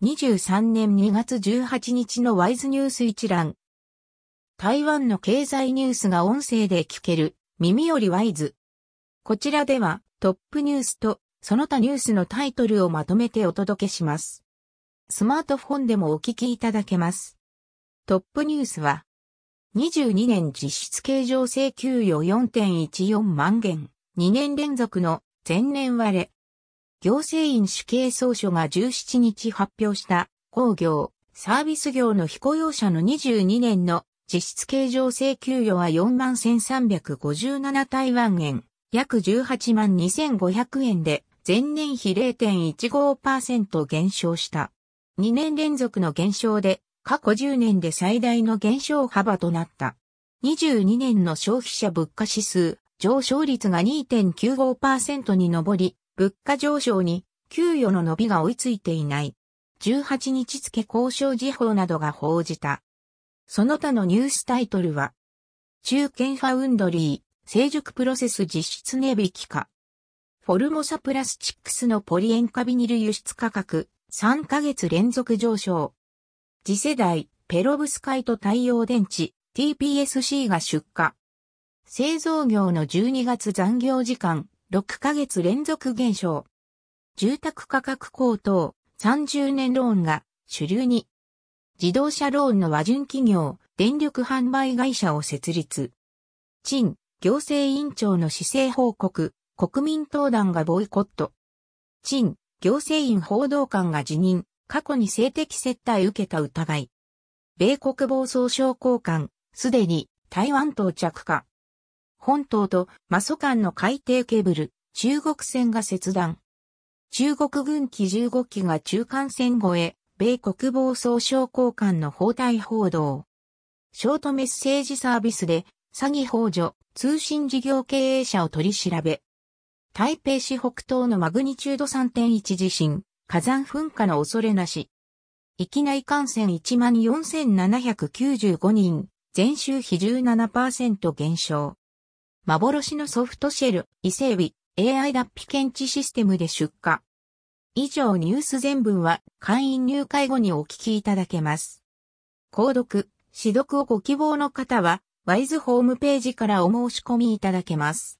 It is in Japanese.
2023年2月18日のワイズニュース一覧。台湾の経済ニュースが音声で聞ける、耳よりワイズ。こちらではトップニュースとその他ニュースのタイトルをまとめてお届けします。スマートフォンでもお聞きいただけます。トップニュースは、22年実質経常性給与 4.14 万元、2年連続の前年割れ。行政院主計総署が17日発表した工業、サービス業の非雇用者の22年の実質経常性給与は41,357台湾円、約18万2,500円で前年比 0.15% 減少した。2年連続の減少で過去10年で最大の減少幅となった。22年の消費者物価指数上昇率が 2.95% に上り、物価上昇に給与の伸びが追いついていない。18日付交渉時報などが報じた。その他のニュースタイトルは、中堅ファウンドリー、成熟プロセス実質値引きか。フォルモサプラスチックスのポリ塩化ビニル輸出価格、3ヶ月連続上昇。次世代、ペロブスカイト太陽電池、TPSC が出荷。製造業の12月残業時間、6ヶ月連続減少。住宅価格高騰、30年ローンが主流に。自動車ローンの和順企業、電力販売会社を設立。陳、行政院長の施政報告、国民党団がボイコット。陳、行政院報道官が辞任、過去に性的接待受けた疑い。米国防総省高官、すでに台湾到着か。本島と馬祖間の海底ケーブル、中国船が切断。中国軍機15機が中間線越え、米国防総省高官の訪台報道。ショートメッセージサービスで詐欺幇助、通信事業経営者を取り調べ。台北市北東のマグニチュード 3.1 地震、火山噴火の恐れなし。域内感染 14,795 人、前週比 17% 減少。幻のソフトシェル、伊勢海老、AI 脱皮検知システムで出荷。以上ニュース全文は会員入会後にお聞きいただけます。購読、試読をご希望の方は、ワイズホームページからお申し込みいただけます。